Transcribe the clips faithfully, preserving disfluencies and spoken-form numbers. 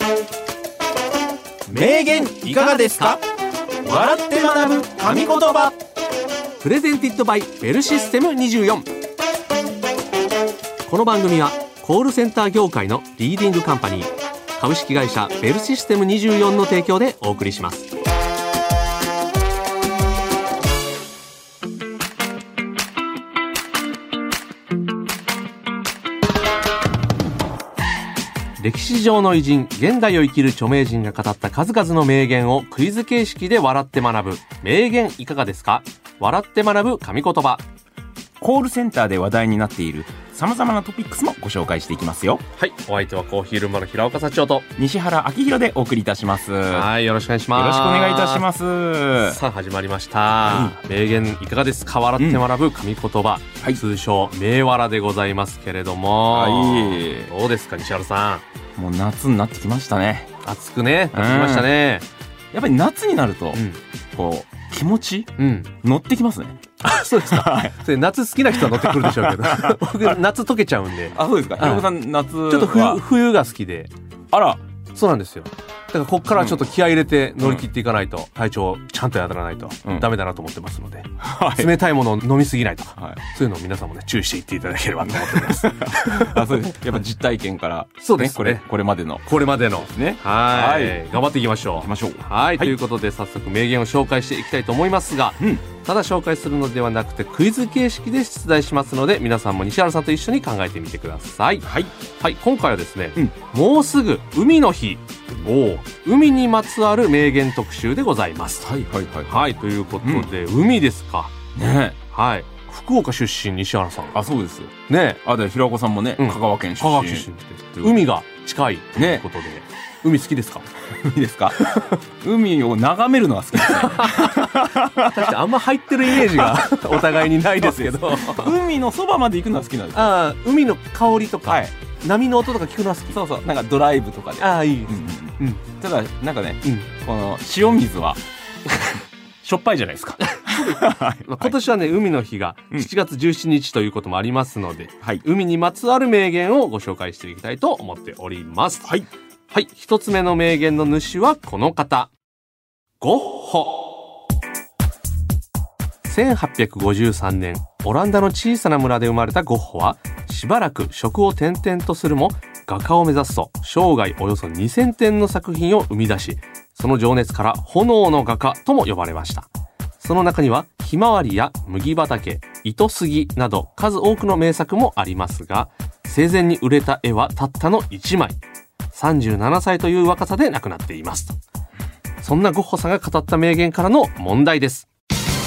名言いかがですか？笑って学ぶ神言葉。 プレゼンティッドバイベルシステムにじゅうよん。この番組はコールセンター業界のリーディングカンパニー株式会社ベルシステムにじゅうよんの提供でお送りします。歴史上の偉人、現代を生きる著名人が語った数々の名言をクイズ形式で笑って学ぶ名言いかがですか？笑って学ぶ神言葉。 コールセンターで話題になっている様々なトピックスもご紹介していきますよ。 はい、お相手はコーヒールームの平岡社長と西原明宏でお送りいたします。 はい、よろしくお願いします。 よろしくお願いいたします。 さあ始まりました、はい、名言いかがですか？笑って学ぶ神言葉、うんはい、通称名笑でございますけれども、はい、どうですか西原さん？もう夏になってきましたね。 暑くねなってきましたね、 うん、やっぱり夏になると、うん、こう気持ち、うん、乗ってきますね。 あ、そうですか、はい、それ夏好きな人は乗ってくるでしょうけど僕夏溶けちゃうんで。 あ、そうですか。平岡さん夏はちょっと 冬, 冬が好きで。 あら、 そうなんですよ。だからこっからちょっと気合い入れて乗り切っていかないと、うん、体調ちゃんとやらないとダメだなと思ってますので、うん、冷たいものを飲みすぎないとか、はい、そういうのを皆さんもね注意していっていただければと思ってます。 あ、そうです。やっぱ実体験から、ね、 そうですね。 これこれまでのこれまでのですね。はい、はい、頑張っていきましょう。 行きましょう。 はい、はい、ということで早速名言を紹介していきたいと思いますが、うん、ただ紹介するのではなくてクイズ形式で出題しますので、皆さんも西原さんと一緒に考えてみてください。はい、はい、今回はですね、うん、もうすぐ海の日、お海にまつわる名言特集でございます。 はいはいはい、 はい、ということで、うん、海ですかね。はい、福岡出身西原さん。 あ、そうですよね。 あ、で平岡さんもね、うん、香川県出身。香川出身で海が近いということで、ね、海好きですか？ 海ですか？海を眺めるのは好きですね。 確かにあんま入ってるイメージがお互いにないですけど海のそばまで行くのは好きなんです。 あ、海の香りとか、はい、波の音とか聞くのは好き。 そうそう、なんかドライブとかで。 ああ、いいです、うんうん、 ただなんかね、うん、この塩水はしょっぱいじゃないですか。 はい、今年はね海の日がしちがつじゅうしちにちということもありますので、はい、海にまつわる名言をご紹介していきたいと思っております。はい、はい、一つ目の名言の主はこの方、ゴッホ。せんはっぴゃくごじゅうさんねん、オランダの小さな村で生まれたゴッホはしばらく職を転々とするも画家を目指すと生涯およそにせんてんの作品を生み出し、その情熱から炎の画家とも呼ばれました。その中にはひまわりや麦畑、糸杉など数多くの名作もありますが、生前に売れた絵はたったのいちまい。さんじゅうななさいという若さで亡くなっていますと。そんなゴッホさんが語った名言からの問題です。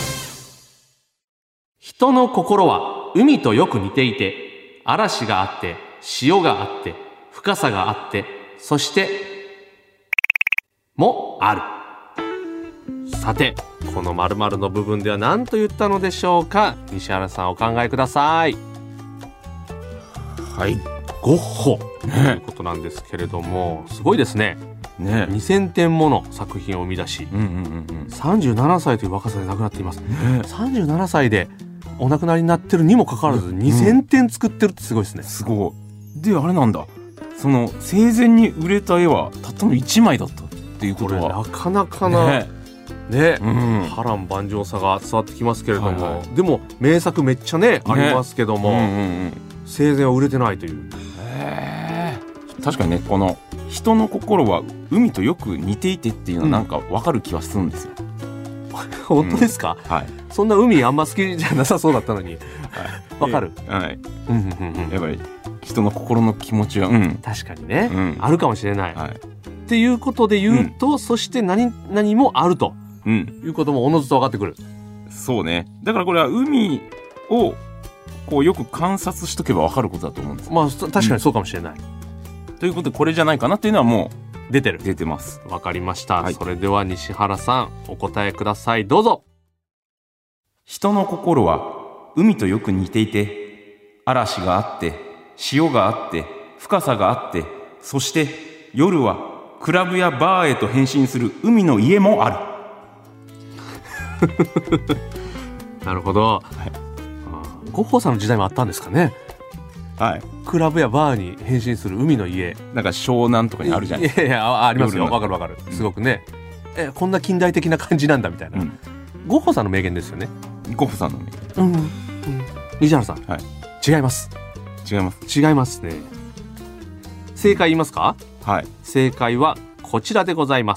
人の心は海とよく似ていて、嵐があって潮があって深さがあってそしてもある。さてこの〇〇の部分では何と言ったのでしょうか？西原さんお考えください。はい、ゴッホ、ね、ということなんですけれども、すごいですね。ね、にせんてんもの作品を生み出し、うんうんうんうん、さんじゅうななさいという若さで亡くなっています、ね、さんじゅうななさいでお亡くなりになってるにもかかわらずにせんてん作ってるってすごいですね、うん、すごい。であれなんだ、その生前に売れた絵はたったのいちまいだったっていうことは、 これなかなかなね、ね、うん、波乱万丈さが伝わってきますけれども、はいはい、でも名作めっちゃ ね, ねありますけども、うんうんうん、生前は売れてないという。 へー、確かにね、この人の心は海とよく似ていてっていうのはなんか分かる気はするんですよ、 うん、本当ですか、うん、はい、そんな海あんま好きじゃなさそうだったのに、はい、分かる、はい、うんうんうん、 やっぱり人の心の気持ちは、うん、 確かにね、うん、あるかもしれない、はい、っていうことで言うと、うん、そして何々もあると、うん、いうこともおのずと分かってくる。 そうね、だからこれは海をこうよく観察しとけば分かることだと思うんです。 まあ確かにそうかもしれない、 うん、ということでこれじゃないかなっていうのはもう出てる出てます。 分かりました、はい、それでは西原さんお答えください、どうぞ。 人の心は海とよく似ていて、嵐があって潮があって深さがあって、そして夜はクラブやバーへと変身する海の家もある。 なるほど、はい、ゴッホさんの時代もあったんですかね。 はい、 クラブやバーに変身する海の家、 なんか湘南とかにあるじゃないですか。 いやいや あ, ありますよ。 夜のわかるわかる、すごくね、うん、えこんな近代的な感じなんだみたいな、うん、ゴッホさんの名言ですよね。 ゴッホさんの名言、 うんうん、西原さん、はい、違います違います違いますね。正解言いますか。 はい、 正解はこちらでございます。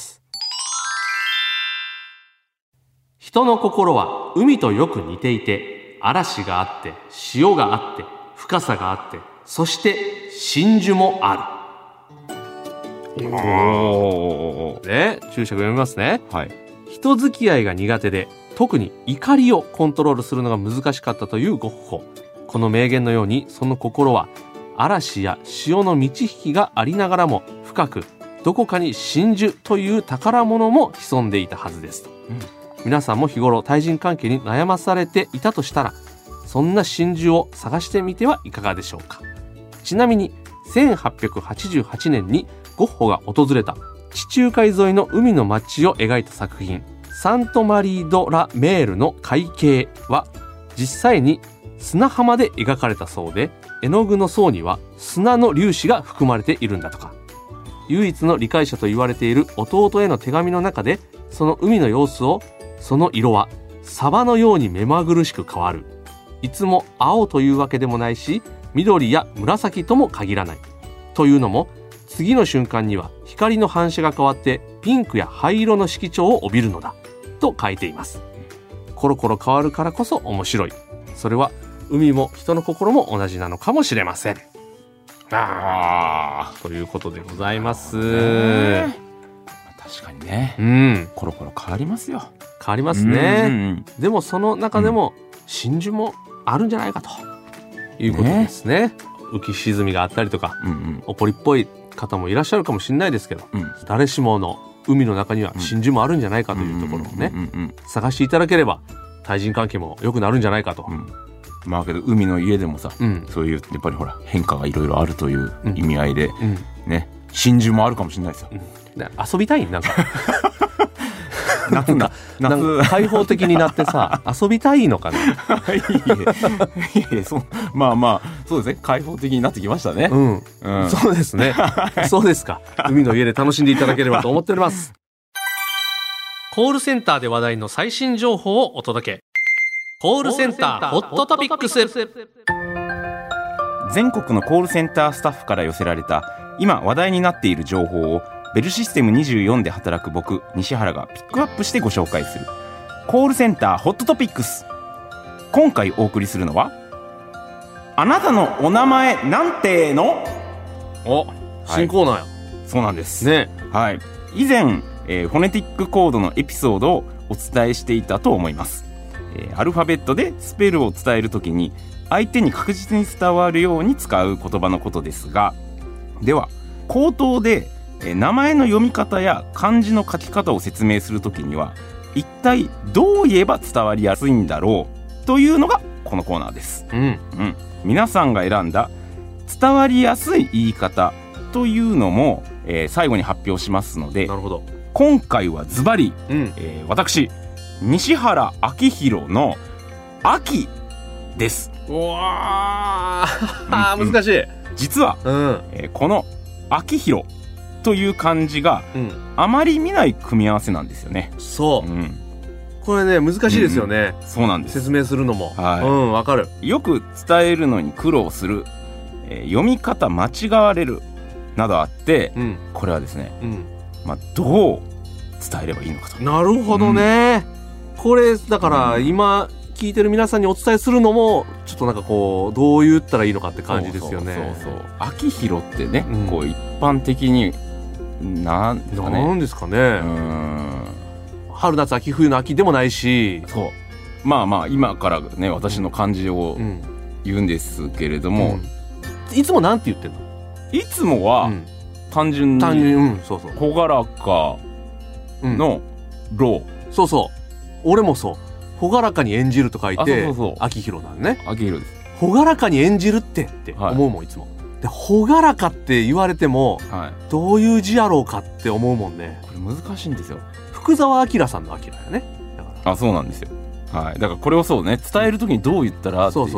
人の心は海とよく似ていて、嵐があって潮があって深さがあって、そして真珠もある。おー、ね、注釈読みますね。はい、人付き合いが苦手で特に怒りをコントロールするのが難しかったというゴッホ。この名言のようにその心は嵐や潮の満ち引きがありながらも深く、どこかに真珠という宝物も潜んでいたはずですと、うん、皆さんも日頃対人関係に悩まされていたとしたら、そんな真珠を探してみてはいかがでしょうか。ちなみにせんはっぴゃくはちじゅうはちねんにゴッホが訪れた地中海沿いの海の街を描いた作品サントマリー・ド・ラ・メールの海景は実際に砂浜で描かれたそうで、絵の具の層には砂の粒子が含まれているんだとか。唯一の理解者と言われている弟への手紙の中で、その海の様子を、その色はサバのように目まぐるしく変わる、いつも青というわけでもないし緑や紫とも限らないというのも、次の瞬間には光の反射が変わってピンクや灰色の色調を帯びるのだと書いています。コロコロ変わるからこそ面白い。それは海も人の心も同じなのかもしれません。あー、ということでございます。 確かにね、 うん、 コロコロ変わりますよ。 変わりますね、うんうん、でもその中でも真珠もあるんじゃないかということですね。ね、浮き沈みがあったりとか、うんうん、おこりっぽい方もいらっしゃるかもしれないですけど、うん、誰しもの海の中には真珠もあるんじゃないかというところをね、探していただければ対人関係も良くなるんじゃないかと、うん、 まあけど海の家でもさ、うん、そういうやっぱりほら変化がいろいろあるという意味合いで、うんうん、ね、真珠もあるかもしれないですよ、うん、 遊びたいなんか夏だ夏なんか開放的になってさ遊びたいのかな。いえいえいえ、そう、まあまあそうですね、開放的になってきましたね、 うんうん、そうですねそうですか。海の家で楽しんでいただければと思っております。コールセンターで話題の最新情報をお届け、コールセンターホットトピックス。 全国のコールセンタースタッフから寄せられた今話題になっている情報をベルシステムにじゅうよんで働く僕西原がピックアップしてご紹介するコールセンターホットトピックス。今回お送りするのは、あなたのお名前なんてのお新コーナーや、はい、 そうなんですね。 はい、以前、えー、フォネティックコードのエピソードをお伝えしていたと思います、えー、アルファベットでスペルを伝えるときに相手に確実に伝わるように使う言葉のことですが、では口頭で名前の読み方や漢字の書き方を説明するときには一体どう言えば伝わりやすいんだろうというのがこのコーナーです、うんうん、皆さんが選んだ伝わりやすい言い方というのも、えー、最後に発表しますので、 なるほど、 今回はズバリ、うんえー、私西原明宏の秋です。 うわー、うん、難しい。 実は、うんえー、この明宏という漢字が、うん、あまり見ない組み合わせなんですよね。 そう、うん、これね難しいですよね、 うん、そうなんです。 説明するのも、はい、うん、わかる。 よく伝えるのに苦労する、えー、読み方間違われるなどあって、うん、これはですね、うんまあ、どう伝えればいいのかと。 なるほどね、うん、これだから今聞いてる皆さんにお伝えするのもちょっとなんかこうどう言ったらいいのかって感じですよね。 そうそうそう。明宏ってね、うん、こう一般的になんですかね。 なんですかね。うーん。春夏秋冬の秋でもないし。 そう。まあまあ今からね私の漢字を言うんですけれども、 うん、いつもなんて言ってんの？ いつもは、うん、単純に単純うんそうそう。 朗らかの朗、 うん、そうそう。俺もそう。朗らかに演じると書いて秋広なんね。 秋広です。 朗らかに演じるってって思うもん、はい、いつも。で朗らかって言われても、はい、どういう字やろうかって思うもんね。 これ難しいんですよ。 福沢明さんの明やね。だからあそうなんですよ。はい。だからこれをそうね伝えるときにどう言ったら、うん、 そうそうそう。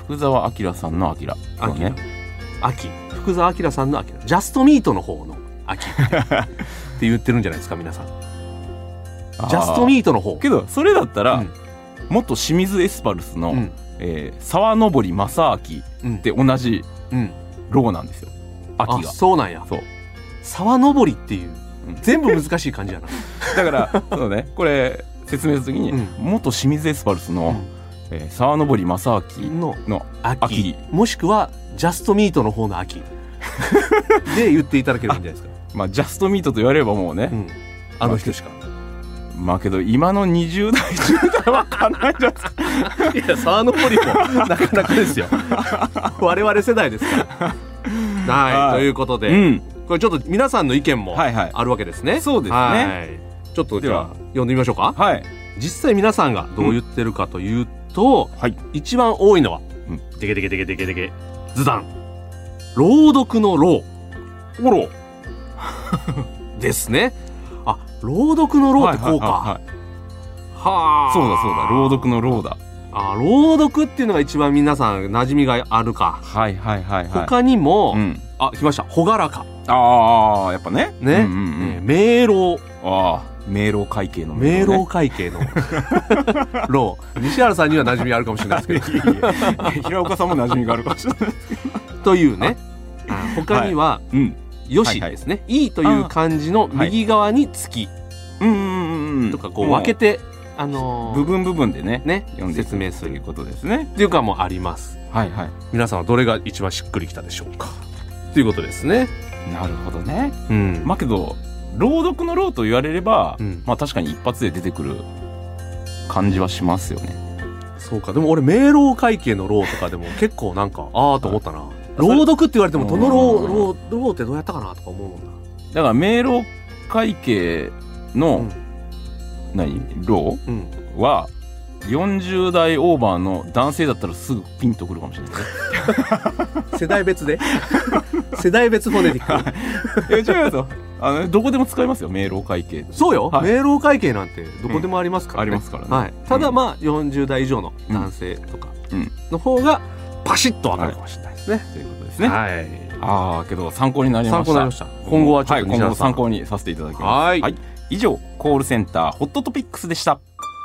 福沢明さんの明そうね秋福沢明さんの明ジャストミートの方の秋って言ってるんじゃないですか皆さん。ジャストミートの方けどそれだったら、 うん、 元清水エスパルスの、 うんえー、沢登正明って同じロゴなんですよ、うん、秋が。 あそうなんや。 そう沢登りっていう、うん、全部難しい感じやなだからそうねこれ説明するときに、うん、元清水エスパルスの、うんえー、沢登正明のの 秋, 秋もしくはジャストミートの方の秋で言っていただければいいんじゃないですか。 まあジャストミートと言われればもうね、うん、 あの人しかまあけど今のにじゅう代じゅう代はかんないじゃないですかいや沢登りもなかなかですよ我々世代ですからはい、はい、ということで、うん、これちょっと皆さんの意見もあるわけですね、はいはい、 そうですね、はい、 ちょっとじゃあ読んでみましょうか。 はい実際皆さんがどう言ってるかというと、うんはい、一番多いのは、うん、デケデケデケデケデケズダン朗読の朗おろですね。あ朗読の朗ってこうか、はいはいはいはい、はあそうだそうだ朗読の朗だ。 あ朗読っていうのが一番皆さん馴染みがあるか。 はいはいはい、はい、 他にも、うん、あ来ました朗らか。 ああやっぱねね、うんうんうん、明朗。 ああ明朗会計の明、ね、明朗会計の朗西原さんには馴染みあるかもしれないですけどいやいや平岡さんも馴染みがあるかもしれないというね他には、はいうん、よしですね、はいはい、いいという漢字の右側に月、はい、うんうんうんとかこう分けて、あのー、 部分部分でねね読んで説明するということですねっていうかもあります。 はいはい皆さんはどれが一番しっくりきたでしょうかということですね。 なるほどね、うん、まあけど朗読の朗と言われれば、うん、まあ確かに一発で出てくる感じはしますよね。 そうかでも俺明朗会計の朗とかでも結構なんかああと思ったな朗読って言われてもどの朗朗ってどうやったかなとか思うもんな。 だから明朗会計の、うん、何朗、うん、はよんじゅう代オーバーの男性だったらすぐピンとくるかもしれないね世代別で世代別フォネティックいや違いますよあのどこでも使いますよ明朗会計。 そうよ、はい、明朗会計なんてどこでもありますからね、 うん、ありますからね、 はい、ただまあよんじゅう代以上の男性とかの方がパシッと分かるかもしれないですね、はい、 ということですね、 はい、 ああけど参考になりました。 参考になりました。今後はちょっと西原さん、はい、今後参考にさせていただきます。 はい、はい、 以上コールセンターホットトピックスでした。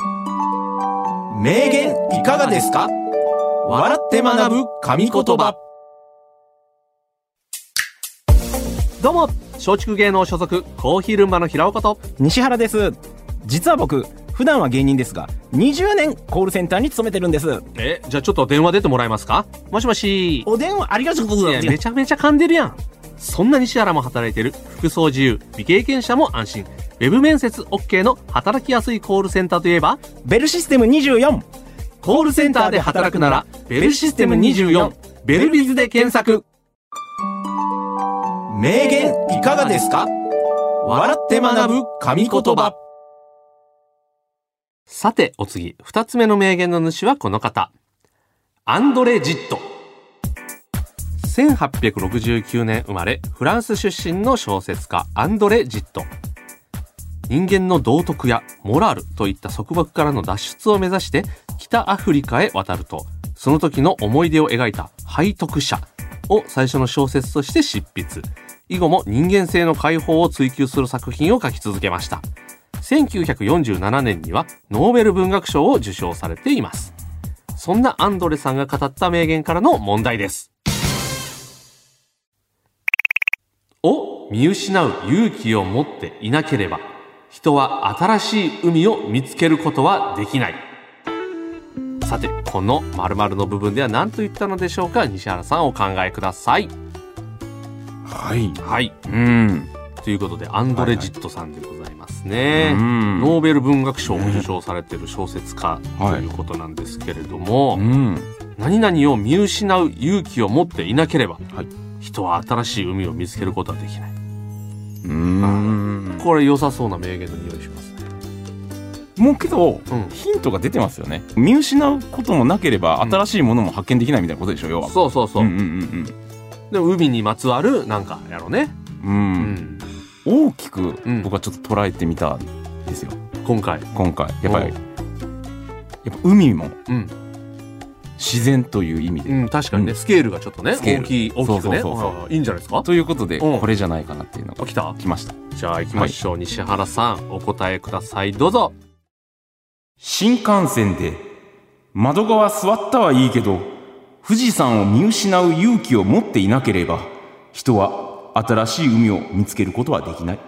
名言いかがですか。笑って学ぶ神言葉。 どうも松竹芸能所属コーヒールンバの平岡と西原です。実は僕普段は芸人ですがにじゅうねんコールセンターに勤めてるんです。 えじゃあちょっと電話出てもらえますか。もしもし。 お電話ありがとうございます。 いやめちゃめちゃ噛んでるやん。そんな西原も働いてる服装自由未経験者も安心ウェブ面接 OK の働きやすいコールセンターといえばベルシステムにじゅうよん。 コールセンターで働くならベルシステムにじゅうよんベルビズで検索。 名言いかがですか。笑って学ぶ神言葉。 さてお次二つ目の名言の主はこの方アンドレ・ジット。せんはっぴゃくろくじゅうきゅうねん生まれフランス出身の小説家アンドレ・ジット。人間の道徳やモラルといった束縛からの脱出を目指して北アフリカへ渡るとその時の思い出を描いた背徳者を最初の小説として執筆。以後も人間性の解放を追求する作品を書き続けました。せんきゅうひゃくよんじゅうななねんにはノーベル文学賞を受賞されています。そんなアンドレさんが語った名言からの問題です。を見失う勇気を持っていなければ人は新しい海を見つけることはできない。さてこの〇〇の部分では何と言ったのでしょうか。西原さんお考えください。 はいはいうんということでアンドレ・ジットさんでございますね、はいはい、ノーベル文学賞を受賞されている小説家ということなんですけれども、はいうん、何々を見失う勇気を持っていなければ、はい、人は新しい海を見つけることはできない。 うーんこれ良さそうな名言の匂いしますね。 もうけど、うん、ヒントが出てますよね。見失うこともなければ新しいものも発見できないみたいなことでしょ、うん、要は。 そうそうそう、 うんうんうんうんでも海にまつわるなんかやろね、 うん、うん、大きく僕はちょっと捉えてみたんですよ、 今回今回やっぱりやっぱ海も、 うん、 自然という意味で、 うん、確かにね、 うんスケールがちょっとねスケール大きい大きくね、 そうそうそうそうあーいいんじゃないですか。 ということで、 うんこれじゃないかなっていうのがあ来た来ました。 じゃあ行きましょう、西原さんお答えください、どうぞ。 新幹線で窓側座ったはいいけど富士山を見失う勇気を持っていなければ人は新しい海を見つけることはできない。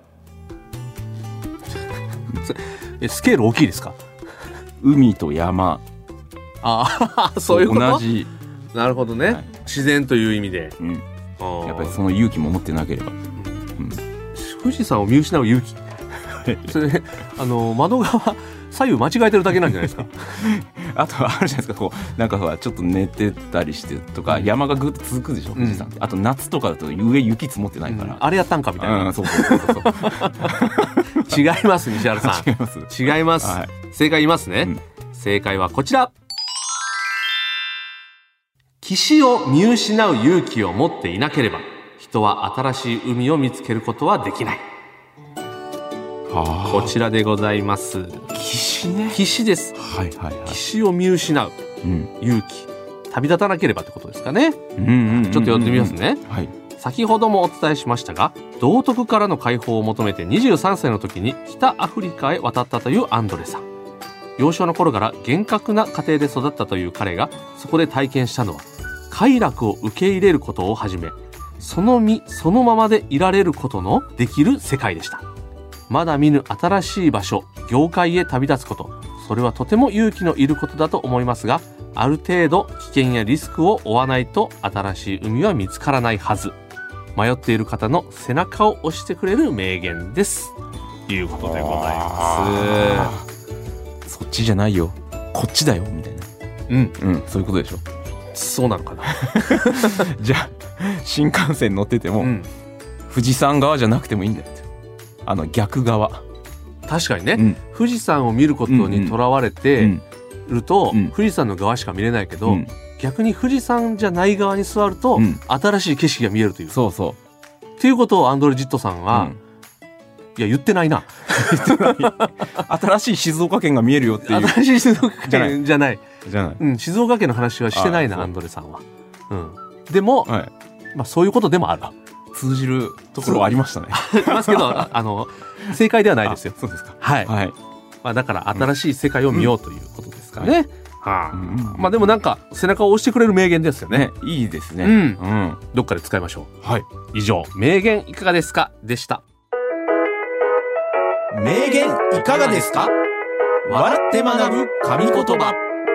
えスケール大きいですか。 海と山ああそういうこと。 同じ、 なるほどね、 はい自然という意味で、 うん、 あーやっぱりその勇気も持ってなければ、 富士山を見失う勇気それあの窓側左右間違えてるだけなんじゃないですか。 あとはあるじゃないですか、こうなんかほらちょっと寝てたりしてとか、 うん山がぐっと続くでしょ富士山って、あと夏とかだと上雪積もってないから、 うんあれやったんかみたいな、 うん、そうそうそうそう違います西原さ違いますん違います、 はい正解言いますね、 うん正解はこちら。岸を見失う勇気を持っていなければ人は新しい海を見つけることはできない。 はこちらでございます。 あ岸ね、 岸です。 はいはいはい、 岸を見失ううん勇気、旅立たなければってことですかね。 うんうんうんうん、 ちょっと読んでみますね。 はい、 先ほどもお伝えしましたが、道徳からの解放を求めてにじゅうさんさいの時に北アフリカへ渡ったというアンドレさん。幼少の頃から厳格な家庭で育ったという彼がそこで体験したのは快楽を受け入れることをはじめ、その身そのままでいられることのできる世界でした。まだ見ぬ新しい場所、業界へ旅立つこと、それはとても勇気のいることだと思いますが、ある程度危険やリスクを負わないと新しい海は見つからないはず。迷っている方の背中を押してくれる名言です、ということでございまそっちじゃないよこっちだよみたいな、 す。うん、 うん、そういうことでしょ。 そうなのかな。 じゃあ新幹線乗ってても、 うん、 富士山側じゃなくてもいいんだよって、あの逆側、 確かにね、 うん富士山を見ることにとらわれうてんると、 うん富士山の側しか見れないけど、 うん逆に富士山じゃない側に座ると、 うん新しい景色が見えるという。 そうそっていうことをアンドレ・ジットさんう、 は、 うんいや言ってないな。 新しい静岡県が見えるよっていう新しい静岡じゃない県じゃない、 じゃない、 うん、静岡県の話はしてないなあそうアンドレさんは、うん、でも、 はい、 まあ、そういうことでもある通じるところはありましたね。 ありますけどああの正解ではないですよ。 あそうですか。 はい、 はい、 まあ、だから新しい世界を見ようということですかね、はあ、 うんうんまあでもなんか背中を押してくれる名言ですよね。 ね、いいですね。 うんうん、 どっかで使いましょう。 はい。 以上名言いかがですかでした。 名言いかがですか。笑って学ぶ神言葉。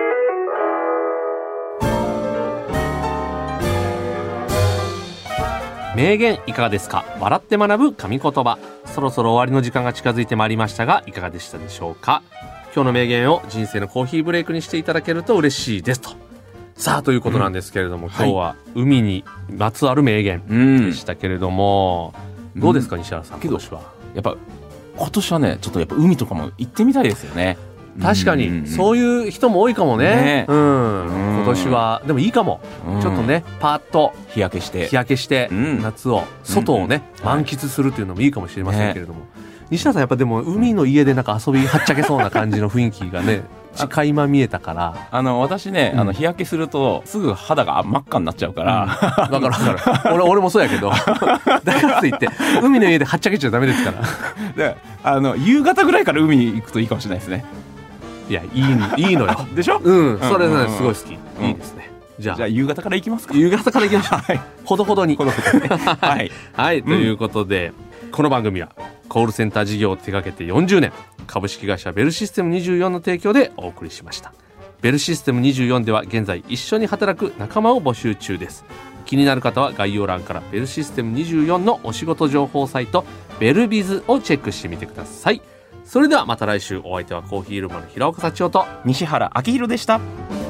名言いかがですか。笑って学ぶ神言葉。そろそろ終わりの時間が近づいてまいりましたが、いかがでしたでしょうか。今日の名言を人生のコーヒーブレイクにしていただけると嬉しいですと。さあということなんですけれども、うん、今日は海にまつわる名言でしたけれども、うん、どうですか西原さん、今年は。 やっぱ今年はね、ちょっとやっぱ海とかも行ってみたいですよね。 確かに、うんうんうん、そういう人も多いかもね。ね、うん、今年はでもいいかも、うん、ちょっとねパーッと日焼けして日焼けして、うん、夏を外をね、うんうん、満喫するというのもいいかもしれませんけれども、ね、西田さんやっぱでも海の家でなんか遊びはっちゃけそうな感じの雰囲気がね垣間見えたから、 あの私ね、うん、あの日焼けするとすぐ肌が真っ赤になっちゃうから、うん、 だからだから俺, 俺もそうやけどだからといって海の家ではっちゃけちゃダメですからであの夕方ぐらいから海に行くといいかもしれないですね。 いやいいいいのよでしょ。 うんそれねすごい好き、うん、いいですね。じゃあ、 じゃあ夕方から行きますか。 夕方から行きましょう。はい、ほどほどに。 ほどほどに。はい、 はい、ということで、うん、この番組はコールセンター事業を手掛けてよんじゅうねん、株式会社ベルシステムにじゅうよんの提供でお送りしました。ベルシステムにじゅうよんでは現在一緒に働く仲間を募集中です。気になる方は概要欄からベルシステムにじゅうよんのお仕事情報サイトベルビズをチェックしてみてください。それではまた来週。お相手はコーヒールームの平岡幸男と西原明宏でした。